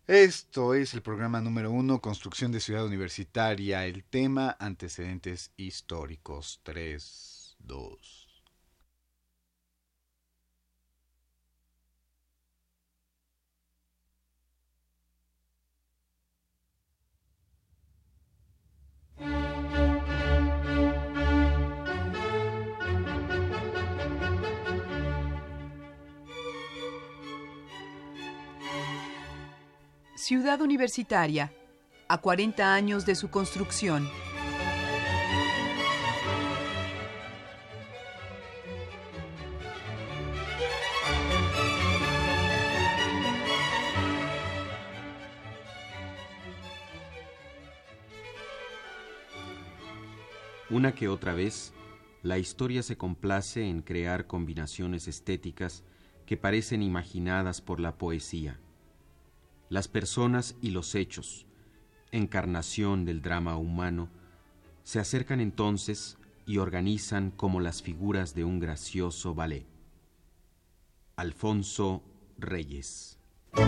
Esto es el programa número 1, Construcción de Ciudad Universitaria. El tema, antecedentes históricos. 3, 2. Ciudad Universitaria, a 40 años de su construcción. Una que otra vez, la historia se complace en crear combinaciones estéticas que parecen imaginadas por la poesía. Las personas y los hechos, encarnación del drama humano, se acercan entonces y organizan como las figuras de un gracioso ballet. Alfonso Reyes.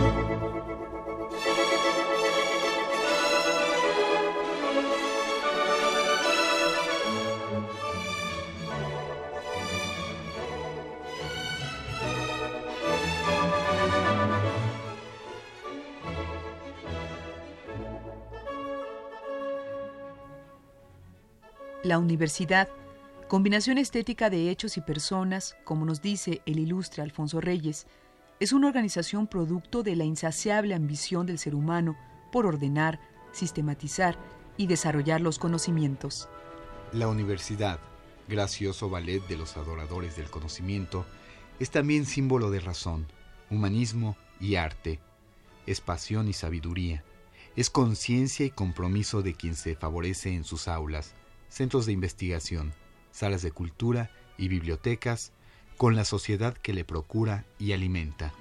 La universidad, combinación estética de hechos y personas, como nos dice el ilustre Alfonso Reyes, es una organización producto de la insaciable ambición del ser humano por ordenar, sistematizar y desarrollar los conocimientos. La universidad, gracioso ballet de los adoradores del conocimiento, es también símbolo de razón, humanismo y arte. Es pasión y sabiduría. Es conciencia y compromiso de quien se favorece en sus aulas, centros de investigación, salas de cultura y bibliotecas, con la sociedad que le procura y alimenta.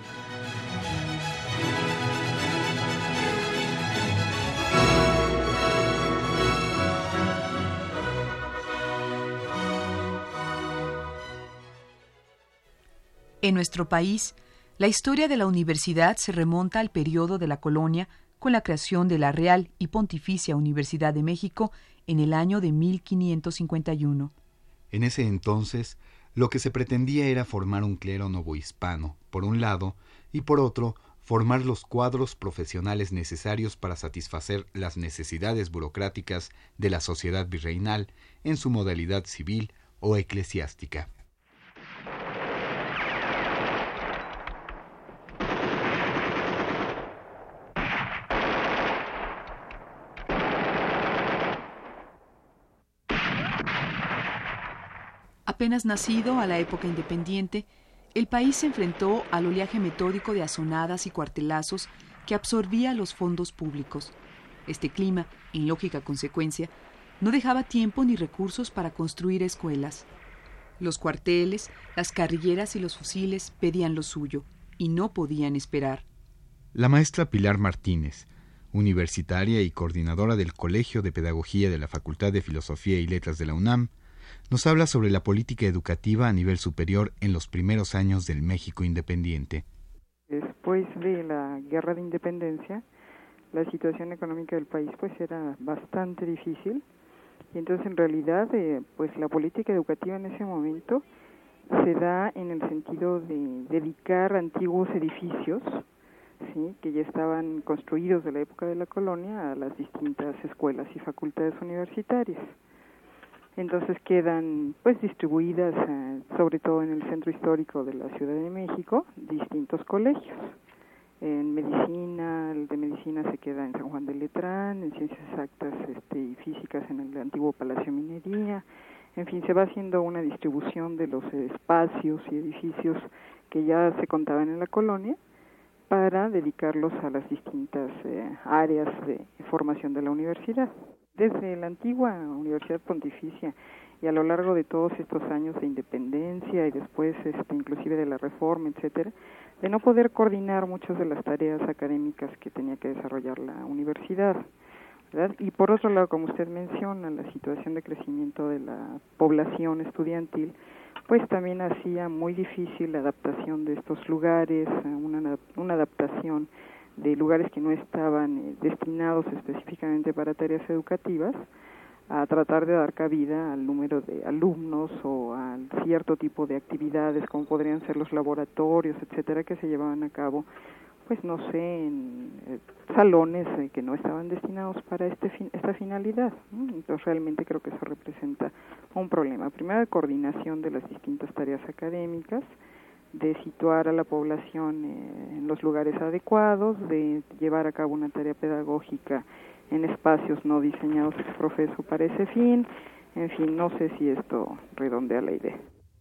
En nuestro país, la historia de la universidad se remonta al periodo de la colonia con la creación de la Real y Pontificia Universidad de México en el año de 1551. En ese entonces, lo que se pretendía era formar un clero novohispano, por un lado, y por otro, formar los cuadros profesionales necesarios para satisfacer las necesidades burocráticas de la sociedad virreinal en su modalidad civil o eclesiástica. Apenas nacido a la época independiente, el país se enfrentó al oleaje metódico de azonadas y cuartelazos que absorbía los fondos públicos. Este clima, en lógica consecuencia, no dejaba tiempo ni recursos para construir escuelas. Los cuarteles, las carrilleras y los fusiles pedían lo suyo, y no podían esperar. La maestra Pilar Martínez, universitaria y coordinadora del Colegio de Pedagogía de la Facultad de Filosofía y Letras de la UNAM, nos habla sobre la política educativa a nivel superior en los primeros años del México independiente. Después de la Guerra de Independencia, la situación económica del país pues era bastante difícil y entonces en realidad pues la política educativa en ese momento se da en el sentido de dedicar antiguos edificios, ¿sí?, que ya estaban construidos de la época de la colonia a las distintas escuelas y facultades universitarias. Entonces quedan pues distribuidas, sobre todo en el centro histórico de la Ciudad de México, distintos colegios. En medicina, el de medicina se queda en San Juan de Letrán, en ciencias exactas y físicas en el antiguo Palacio Minería. En fin, se va haciendo una distribución de los espacios y edificios que ya se contaban en la colonia para dedicarlos a las distintas áreas de formación de la universidad. Desde la antigua Universidad Pontificia y a lo largo de todos estos años de independencia y después inclusive de la Reforma, etcétera, de no poder coordinar muchas de las tareas académicas que tenía que desarrollar la universidad, ¿verdad? Y por otro lado, como usted menciona, la situación de crecimiento de la población estudiantil, pues también hacía muy difícil la adaptación de estos lugares, una adaptación de lugares que no estaban destinados específicamente para tareas educativas, a tratar de dar cabida al número de alumnos o a cierto tipo de actividades, como podrían ser los laboratorios, etcétera, que se llevaban a cabo, pues no sé, en salones que no estaban destinados para esta finalidad, ¿no? Entonces realmente creo que eso representa un problema, primero de coordinación de las distintas tareas académicas, de situar a la población en los lugares adecuados, de llevar a cabo una tarea pedagógica en espacios no diseñados ex profeso para ese fin. En fin, no sé si esto redondea la idea.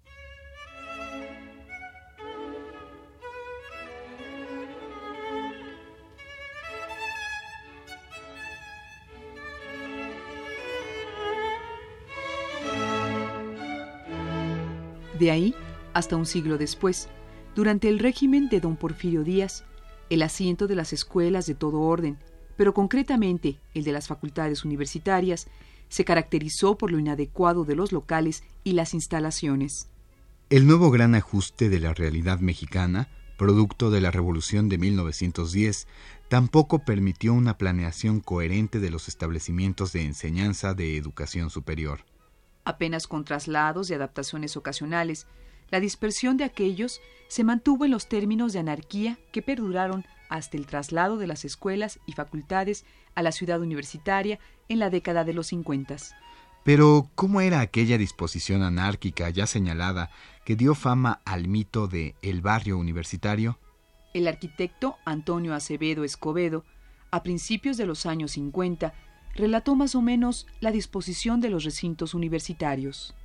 De ahí, hasta un siglo después, durante el régimen de don Porfirio Díaz, el asiento de las escuelas de todo orden, pero concretamente el de las facultades universitarias, se caracterizó por lo inadecuado de los locales y las instalaciones. El nuevo gran ajuste de la realidad mexicana, producto de la Revolución de 1910, tampoco permitió una planeación coherente de los establecimientos de enseñanza de educación superior. Apenas con traslados y adaptaciones ocasionales, la dispersión de aquellos se mantuvo en los términos de anarquía que perduraron hasta el traslado de las escuelas y facultades a la ciudad universitaria en la década de los 50. Pero, ¿cómo era aquella disposición anárquica ya señalada que dio fama al mito de el barrio universitario? El arquitecto Antonio Acevedo Escobedo, a principios de los años 50, relató más o menos la disposición de los recintos universitarios.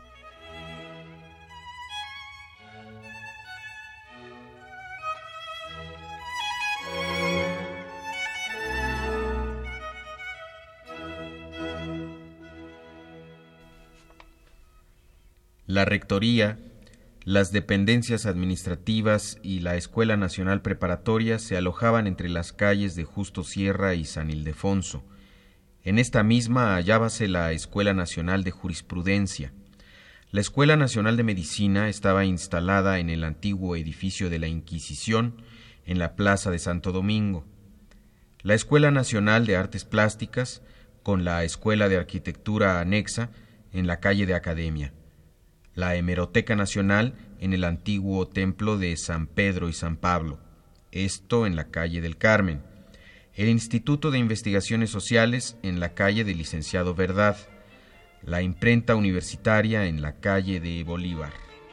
La rectoría, las dependencias administrativas y la Escuela Nacional Preparatoria se alojaban entre las calles de Justo Sierra y San Ildefonso. En esta misma hallábase la Escuela Nacional de Jurisprudencia. La Escuela Nacional de Medicina estaba instalada en el antiguo edificio de la Inquisición, en la Plaza de Santo Domingo. La Escuela Nacional de Artes Plásticas, con la Escuela de Arquitectura anexa, en la calle de Academia. La Hemeroteca Nacional en el antiguo templo de San Pedro y San Pablo, esto en la calle del Carmen. El Instituto de Investigaciones Sociales en la calle del Licenciado Verdad. La Imprenta Universitaria en la calle de Bolívar.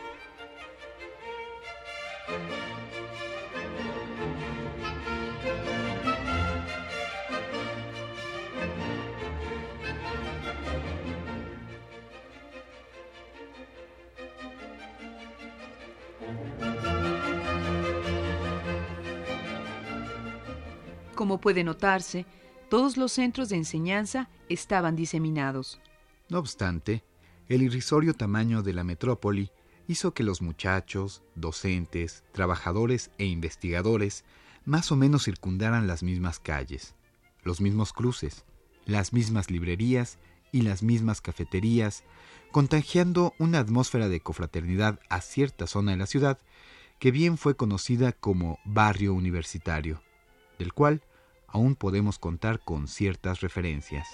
Como puede notarse, todos los centros de enseñanza estaban diseminados. No obstante, el irrisorio tamaño de la metrópoli hizo que los muchachos, docentes, trabajadores e investigadores más o menos circundaran las mismas calles, los mismos cruces, las mismas librerías y las mismas cafeterías, contagiando una atmósfera de confraternidad a cierta zona de la ciudad que bien fue conocida como barrio universitario, del cual aún podemos contar con ciertas referencias.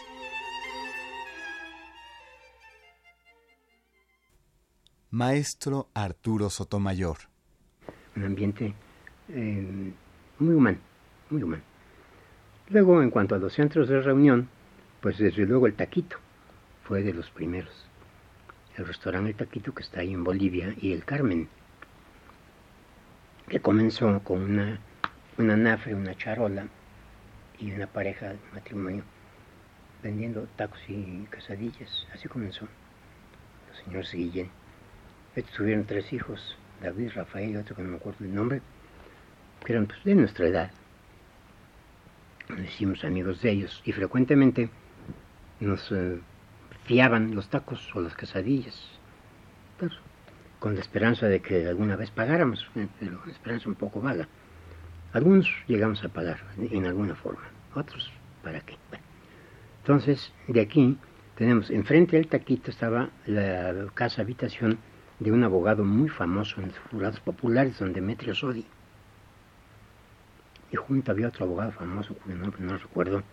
Maestro Arturo Sotomayor. Un ambiente muy humano, muy humano. Luego, en cuanto a los centros de reunión, pues desde luego el Taquito fue de los primeros. El restaurante El Taquito, que está ahí en Bolivia, y el Carmen, que comenzó con una nafre, una charola y una pareja de matrimonio vendiendo tacos y quesadillas. Así comenzó los señores Guillén. Estos tuvieron 3 hijos, David, Rafael y otro que no me acuerdo el nombre, que eran pues de nuestra edad. Nos hicimos amigos de ellos y frecuentemente nos fiaban los tacos o las quesadillas, pero con la esperanza de que alguna vez pagáramos, pero una esperanza un poco vaga. Algunos llegamos a pagar en alguna forma, otros, ¿para qué? Bueno, entonces, de aquí tenemos, enfrente del Taquito estaba la casa habitación de un abogado muy famoso en los jurados populares, don Demetrio Sodi. y junto había otro abogado famoso, cuyo nombre no recuerdo,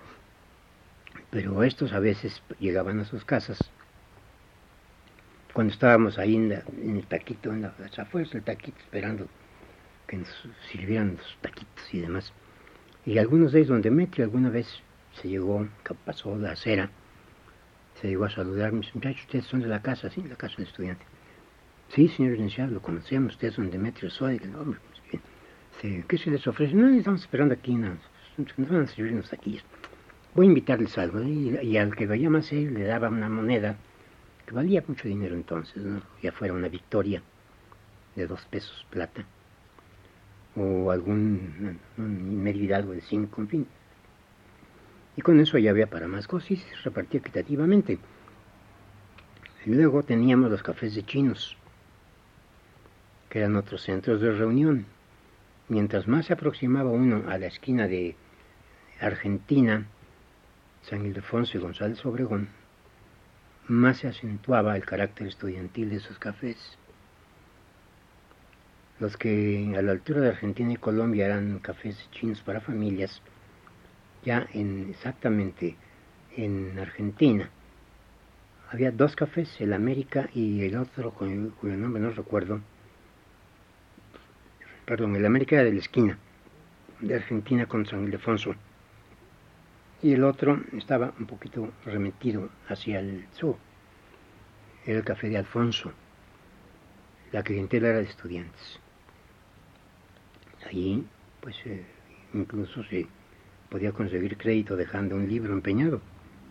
pero estos a veces llegaban a sus casas cuando estábamos ahí en el taquito, en las afueras del taquito, esperando que nos sirvieran los taquitos y demás. Y algunos de ellos, don Demetrio, alguna vez se llegó, pasó la acera, se llegó a saludar, mis muchachos, ustedes son de la casa, sí, la casa del estudiante. Sí, señor licenciado, lo conocemos, ustedes son Demetrio Soy, el hombre, pues bien. Sí, ¿qué se les ofrece? No, estamos esperando aquí, nos van a servir unos taquillos. Voy a invitarles algo, y al que vaya más serio le daba una moneda, que valía mucho dinero entonces, ¿no? Ya fuera una Victoria de 2 pesos plata, o algún medio hidalgo de 5, en fin. Y con eso ya había para más cosas y se repartía equitativamente. Y luego teníamos los cafés de chinos, que eran otros centros de reunión. Mientras más se aproximaba uno a la esquina de Argentina, San Ildefonso y González Obregón, más se acentuaba el carácter estudiantil de esos cafés. Los que a la altura de Argentina y Colombia eran cafés chinos para familias, ya exactamente en Argentina había 2 cafés, el América y el otro cuyo nombre no recuerdo. Perdón, el América era de la esquina de Argentina con San Ildefonso, y el otro estaba un poquito remetido hacia el sur, era el café de Alfonso. La clientela era de estudiantes. Allí pues incluso se podía conseguir crédito dejando un libro empeñado.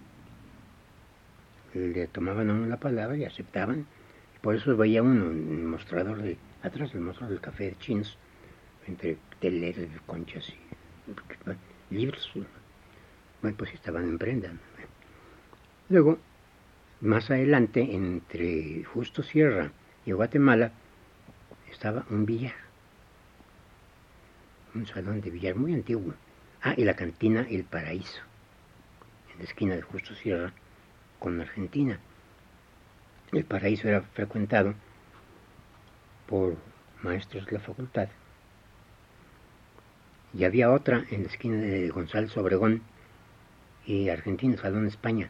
Le tomaban a uno la palabra y aceptaban. Por eso veía uno en el mostrador atrás del mostrador del café de chinos, entre teleros, conchas y libros. Bueno, pues estaban en prenda. Luego, más adelante, entre Justo Sierra y Guatemala, estaba un billar. Un salón de billar muy antiguo. Y la cantina El Paraíso, en la esquina de Justo Sierra con Argentina. El Paraíso era frecuentado por maestros de la facultad. Y había otra en la esquina de González Obregón y Argentina, Salón España,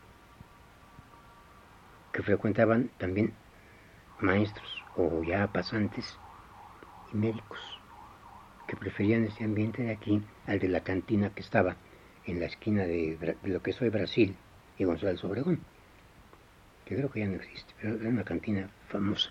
que frecuentaban también maestros o ya pasantes y médicos, que preferían ese ambiente de aquí al de la cantina que estaba en la esquina de lo que es hoy Brasil y González Obregón, que creo que ya no existe, pero era una cantina famosa.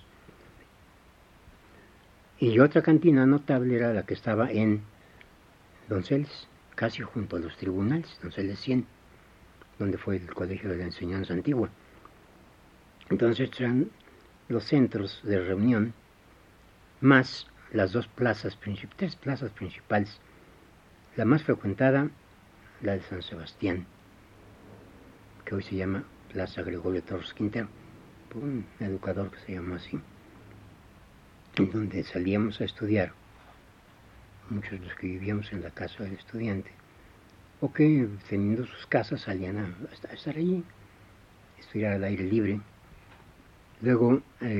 Y otra cantina notable era la que estaba en Donceles, casi junto a los tribunales, Donceles 100, donde fue el Colegio de la Enseñanza Antigua. Entonces eran los centros de reunión, más las 3 plazas principales. La más frecuentada, la de San Sebastián, que hoy se llama Plaza Gregorio Torres Quintero, por un educador que se llamó así, en donde salíamos a estudiar, muchos de los que vivíamos en la casa del estudiante, o que teniendo sus casas salían a estar allí, estudiar al aire libre. Luego,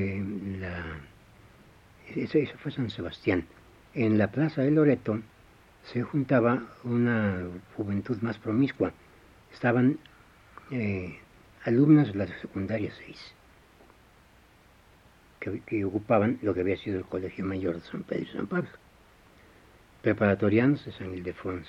eso fue San Sebastián. En la Plaza de Loreto se juntaba una juventud más promiscua. Estaban alumnas de la secundaria 6, que ocupaban lo que había sido el Colegio Mayor de San Pedro y San Pablo, preparatorianos de San Ildefonso,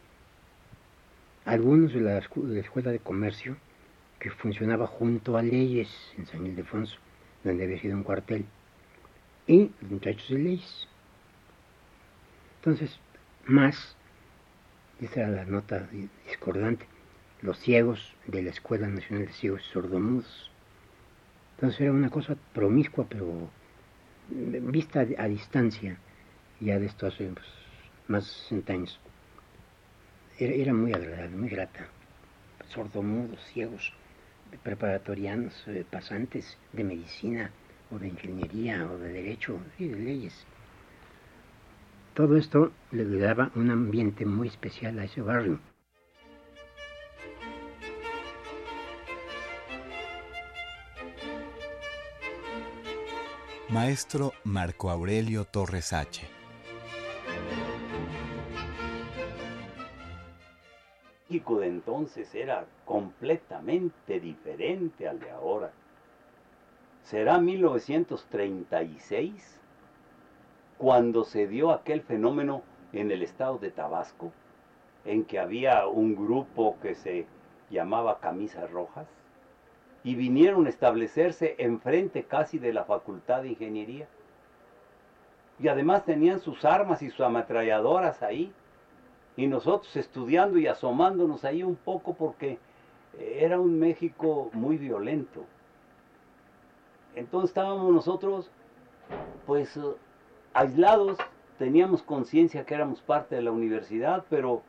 algunos de la Escuela de Comercio, que funcionaba junto a Leyes en San Ildefonso, donde había sido un cuartel, y los muchachos de Leyes. Entonces, más, esa era la nota discordante, los ciegos de la Escuela Nacional de Ciegos y Sordomudos. Entonces era una cosa promiscua, pero vista a distancia, ya de esto hace más de 60 años. Era muy agradable, muy grata. Sordomudos, ciegos, preparatorianos, pasantes de medicina, o de ingeniería, o de derecho, y de leyes. Todo esto le daba un ambiente muy especial a ese barrio. Maestro Marco Aurelio Torres H. México de entonces era completamente diferente al de ahora. Será 1936 cuando se dio aquel fenómeno en el estado de Tabasco, en que había un grupo que se llamaba Camisas Rojas, y vinieron a establecerse enfrente casi de la Facultad de Ingeniería. Y además tenían sus armas y sus ametralladoras ahí, y nosotros estudiando y asomándonos ahí un poco porque era un México muy violento. Entonces estábamos nosotros pues aislados, teníamos conciencia que éramos parte de la universidad, pero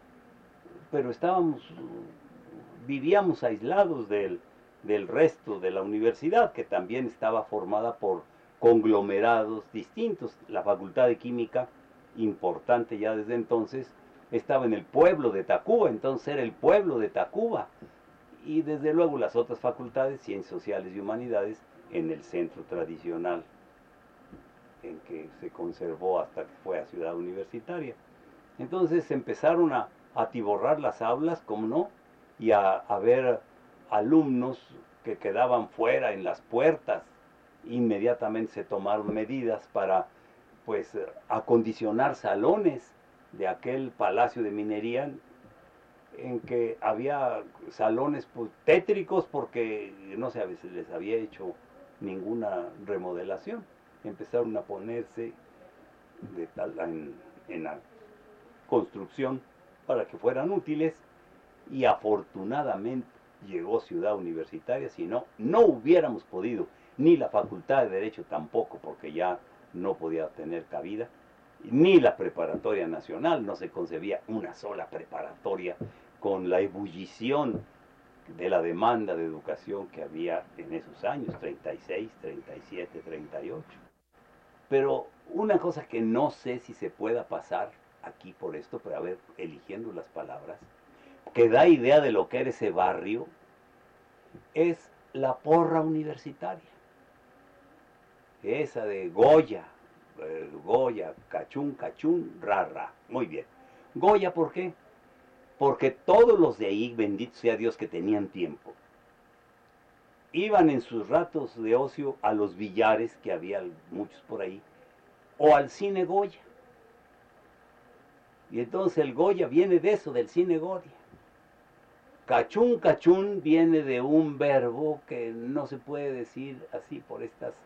vivíamos aislados del resto de la universidad, que también estaba formada por conglomerados distintos. La Facultad de Química, importante ya desde entonces, estaba en el pueblo de Tacuba, entonces era el pueblo de Tacuba, y desde luego las otras facultades, Ciencias Sociales y Humanidades, en el centro tradicional, en que se conservó hasta que fue a Ciudad Universitaria. Entonces empezaron a atiborrar las aulas, como no, y a ver alumnos que quedaban fuera en las puertas. Inmediatamente se tomaron medidas para pues acondicionar salones de aquel Palacio de Minería, en que había salones pues, tétricos porque no se les había hecho ninguna remodelación. Empezaron a ponerse en la construcción para que fueran útiles, y afortunadamente llegó Ciudad Universitaria, si no, no hubiéramos podido, ni la Facultad de Derecho tampoco, porque ya no podía tener cabida, ni la Preparatoria Nacional, no se concebía una sola preparatoria con la ebullición de la demanda de educación que había en esos años, 36, 37, 38. Pero una cosa que no sé si se pueda pasar aquí por esto, pero a ver, eligiendo las palabras, que da idea de lo que era ese barrio, es la porra universitaria. Esa de Goya, cachún, cachún, rara. Muy bien. Goya, ¿por qué? Porque todos los de ahí, bendito sea Dios que tenían tiempo, iban en sus ratos de ocio a los billares, que había muchos por ahí, o al cine Goya. Y entonces el Goya viene de eso, del cine Goya. Cachún, cachún viene de un verbo que no se puede decir así por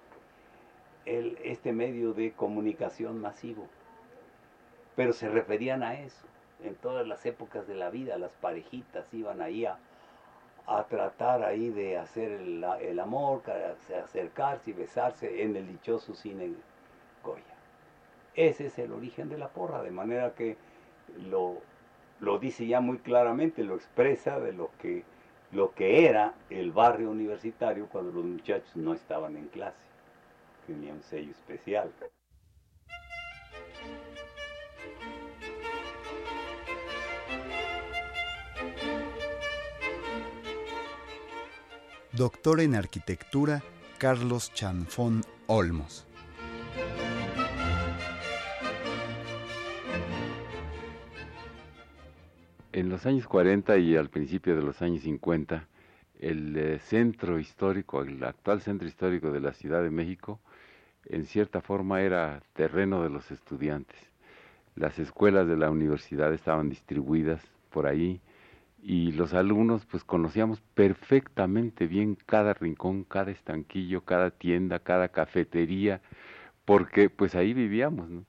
este medio de comunicación masivo. Pero se referían a eso. En todas las épocas de la vida, las parejitas iban ahí a tratar ahí de hacer el amor, acercarse y besarse en el dichoso cine Goya. Ese es el origen de la porra, de manera que lo dice ya muy claramente, lo expresa de lo que era el barrio universitario cuando los muchachos no estaban en clase. Tenía un sello especial. Doctor en Arquitectura, Carlos Chanfón Olmos. En los años 40 y al principio de los años 50, el centro histórico, el actual centro histórico de la Ciudad de México, en cierta forma era terreno de los estudiantes. Las escuelas de la universidad estaban distribuidas por ahí y los alumnos pues conocíamos perfectamente bien cada rincón, cada estanquillo, cada tienda, cada cafetería, porque pues ahí vivíamos, ¿no?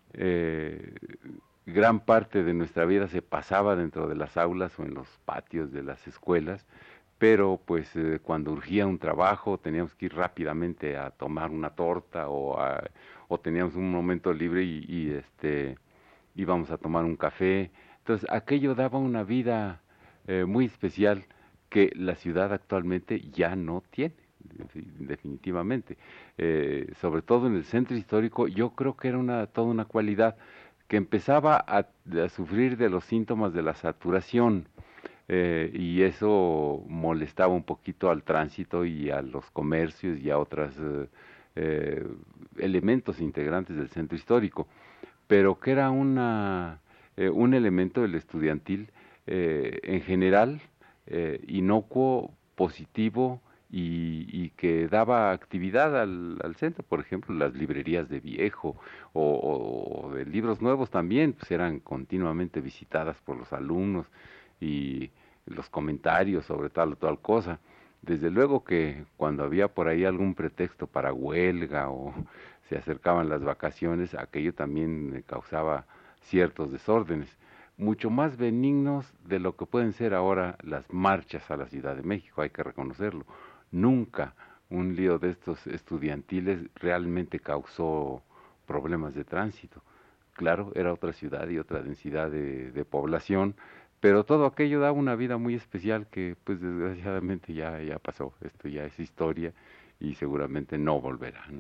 Gran parte de nuestra vida se pasaba dentro de las aulas o en los patios de las escuelas, pero pues cuando urgía un trabajo teníamos que ir rápidamente a tomar una torta o teníamos un momento libre y íbamos a tomar un café. Entonces aquello daba una vida muy especial que la ciudad actualmente ya no tiene, definitivamente. Sobre todo en el centro histórico, yo creo que era toda una cualidad que empezaba a sufrir de los síntomas de la saturación, y eso molestaba un poquito al tránsito y a los comercios y a otros elementos integrantes del centro histórico, pero que era un elemento del estudiantil en general, inocuo, positivo, y que daba actividad al centro. Por ejemplo, las librerías de viejo o de libros nuevos también pues eran continuamente visitadas por los alumnos, y los comentarios sobre tal o tal cosa. Desde luego que cuando había por ahí algún pretexto para huelga o se acercaban las vacaciones, aquello también causaba ciertos desórdenes, mucho más benignos de lo que pueden ser ahora las marchas a la Ciudad de México, hay que reconocerlo. Nunca un lío de estos estudiantiles realmente causó problemas de tránsito. Claro, era otra ciudad y otra densidad de población, pero todo aquello da una vida muy especial que pues desgraciadamente ya pasó. Esto ya es historia y seguramente no volverá, ¿no?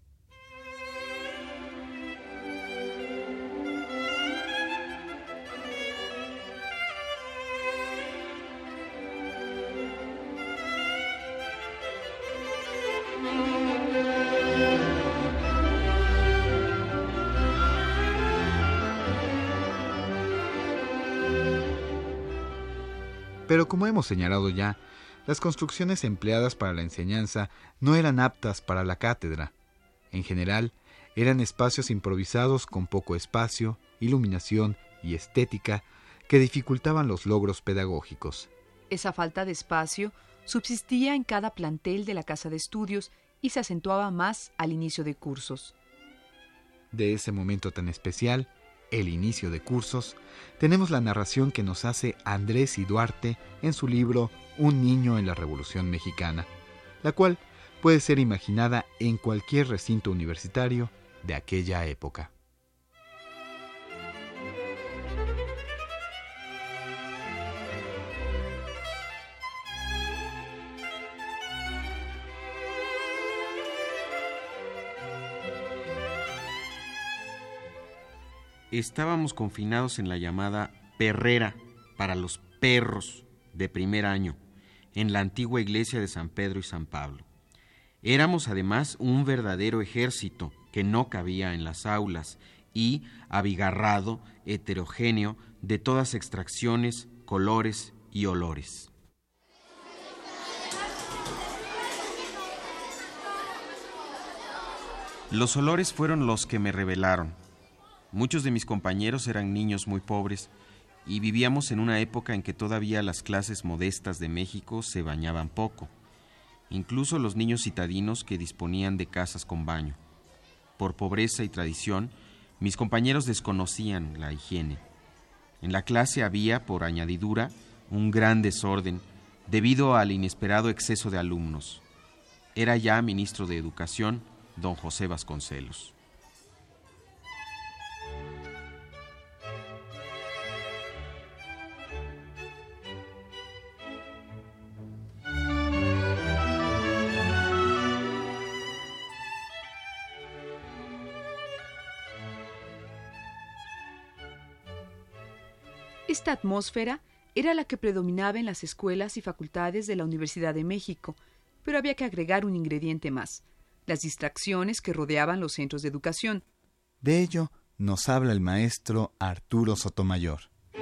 Pero como hemos señalado ya, las construcciones empleadas para la enseñanza no eran aptas para la cátedra. En general, eran espacios improvisados con poco espacio, iluminación y estética que dificultaban los logros pedagógicos. Esa falta de espacio subsistía en cada plantel de la casa de estudios y se acentuaba más al inicio de cursos. De ese momento tan especial, el inicio de cursos, tenemos la narración que nos hace Andrés y Duarte en su libro Un niño en la Revolución Mexicana, la cual puede ser imaginada en cualquier recinto universitario de aquella época. Estábamos confinados en la llamada perrera para los perros de primer año, en la antigua iglesia de San Pedro y San Pablo. Éramos además un verdadero ejército que no cabía en las aulas y abigarrado, heterogéneo, de todas extracciones, colores y olores. Los olores fueron los que me revelaron. Muchos de mis compañeros eran niños muy pobres y vivíamos en una época en que todavía las clases modestas de México se bañaban poco, incluso los niños citadinos que disponían de casas con baño. Por pobreza y tradición, mis compañeros desconocían la higiene. En la clase había, por añadidura, un gran desorden debido al inesperado exceso de alumnos. Era ya ministro de Educación, don José Vasconcelos. Esta atmósfera era la que predominaba en las escuelas y facultades de la Universidad de México, pero había que agregar un ingrediente más: las distracciones que rodeaban los centros de educación. De ello nos habla el maestro Arturo Sotomayor.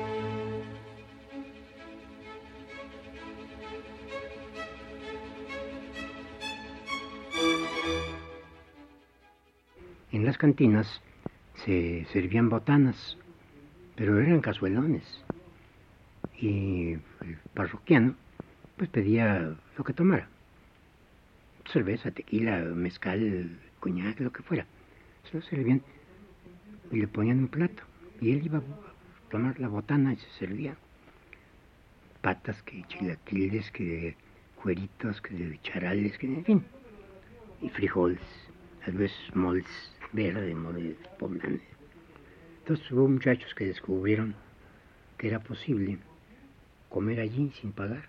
En las cantinas se servían botanas, pero eran cazuelones. Y el parroquiano pues pedía lo que tomara: cerveza, tequila, mezcal, coñac, lo que fuera. Se lo servían y le ponían un plato. Y él iba a tomar la botana y se servía patas, que chilaquiles, que cueritos, que charales, que en fin. Y frijoles, a veces moles verde, mole poblano. Entonces hubo muchachos que descubrieron que era posible comer allí sin pagar.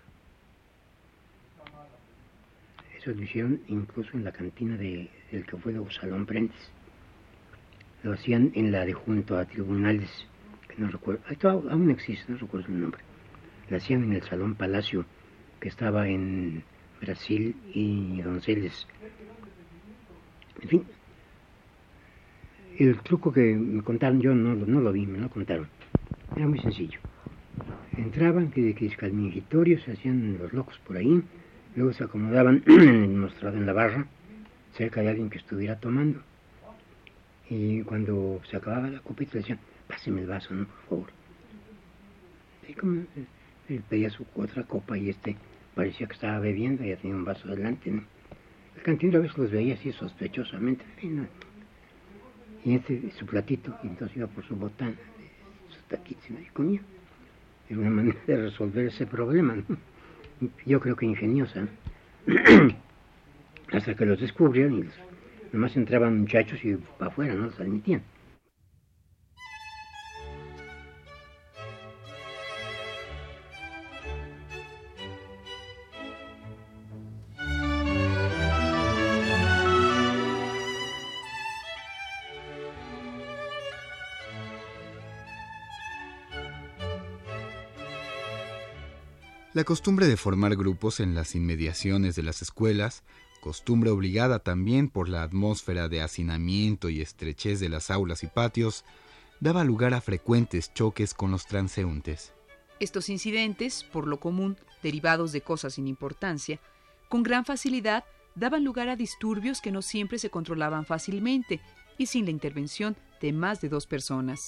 Eso lo hicieron incluso en la cantina del que fue luego Salón Prentes. Lo hacían en la de junto a tribunales, que no recuerdo, esto aún existe, no recuerdo el nombre. Lo hacían en el Salón Palacio, que estaba en Brasil y Donceles. En fin, el truco que me contaron, yo no lo vi, me lo contaron. Era muy sencillo. Entraban, que al mingitorio, se hacían los locos por ahí, luego se acomodaban en el mostrador, en la barra, cerca de alguien que estuviera tomando. Y cuando se acababa la copita le decían, páseme el vaso, ¿no? Por favor. Y como él pedía su otra copa y parecía que estaba bebiendo y ya tenía un vaso delante, ¿no? El cantinero a veces los veía así sospechosamente, ¿no? Y su platito, y entonces iba por su botana, su taquito y comía. Era una manera de resolver ese problema, ¿no? Yo creo que ingeniosa, ¿no? Hasta que los descubrieron y nomás entraban muchachos y para afuera, no los admitían. La costumbre de formar grupos en las inmediaciones de las escuelas, costumbre obligada también por la atmósfera de hacinamiento y estrechez de las aulas y patios, daba lugar a frecuentes choques con los transeúntes. Estos incidentes, por lo común, derivados de cosas sin importancia, con gran facilidad daban lugar a disturbios que no siempre se controlaban fácilmente y sin la intervención de más de 2 personas.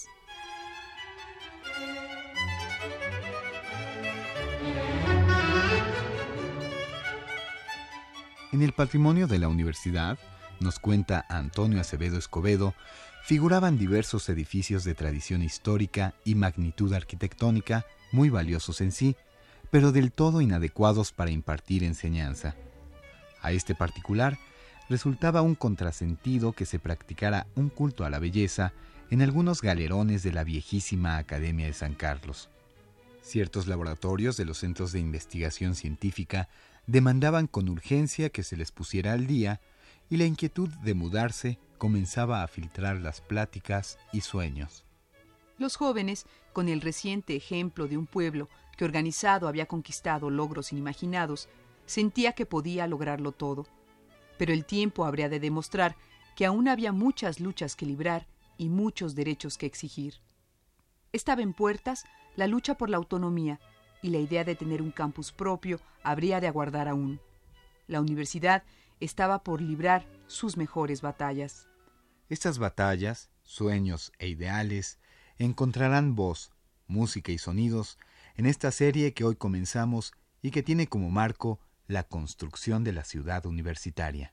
En el patrimonio de la universidad, nos cuenta Antonio Acevedo Escobedo, figuraban diversos edificios de tradición histórica y magnitud arquitectónica muy valiosos en sí, pero del todo inadecuados para impartir enseñanza. A este particular resultaba un contrasentido que se practicara un culto a la belleza en algunos galerones de la viejísima Academia de San Carlos. Ciertos laboratorios de los centros de investigación científica demandaban con urgencia que se les pusiera al día, y la inquietud de mudarse comenzaba a filtrar las pláticas y sueños. Los jóvenes, con el reciente ejemplo de un pueblo que organizado había conquistado logros inimaginados, sentía que podía lograrlo todo. Pero el tiempo habría de demostrar que aún había muchas luchas que librar y muchos derechos que exigir. Estaba en puertas la lucha por la autonomía, y la idea de tener un campus propio habría de aguardar aún. La universidad estaba por librar sus mejores batallas. Estas batallas, sueños e ideales encontrarán voz, música y sonidos en esta serie que hoy comenzamos y que tiene como marco la construcción de la ciudad universitaria.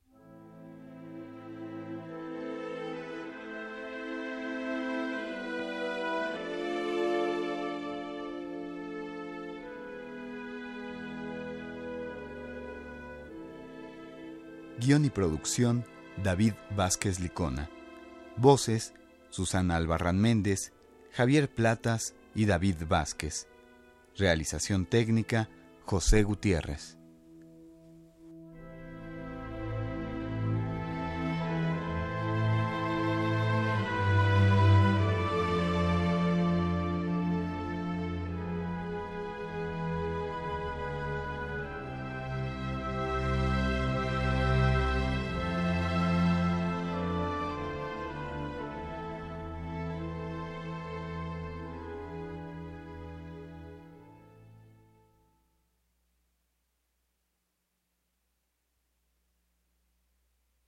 Guión y producción, David Vázquez Licona. Voces, Susana Albarrán Méndez, Javier Platas y David Vázquez. Realización técnica, José Gutiérrez.